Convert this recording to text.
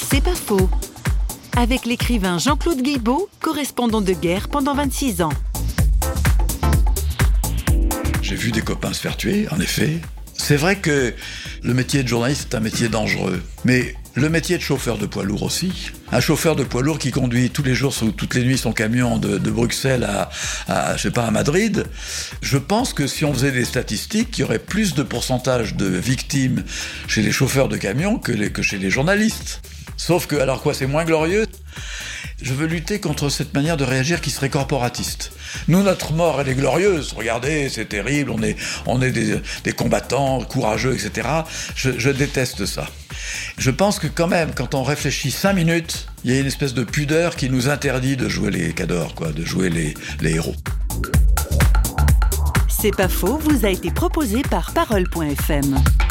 C'est pas faux. Avec l'écrivain Jean-Claude Guilbault, correspondant de guerre pendant 26 ans. J'ai vu des copains se faire tuer, en effet. C'est vrai que le métier de journaliste est un métier dangereux, mais le métier de chauffeur de poids lourd aussi. Un chauffeur de poids lourd qui conduit tous les jours ou toutes les nuits son camion de Bruxelles à Madrid. Je pense que si on faisait des statistiques, il y aurait plus de pourcentage de victimes chez les chauffeurs de camions que chez les journalistes. Sauf que, alors quoi, c'est moins glorieux ? Je veux lutter contre cette manière de réagir qui serait corporatiste. Nous, notre mort, elle est glorieuse. Regardez, c'est terrible, on est des combattants courageux, etc. Je déteste ça. Je pense que quand même, quand on réfléchit 5 minutes, il y a une espèce de pudeur qui nous interdit de jouer les cadors, de jouer les héros. C'est pas faux, vous a été proposé par Parole.fm.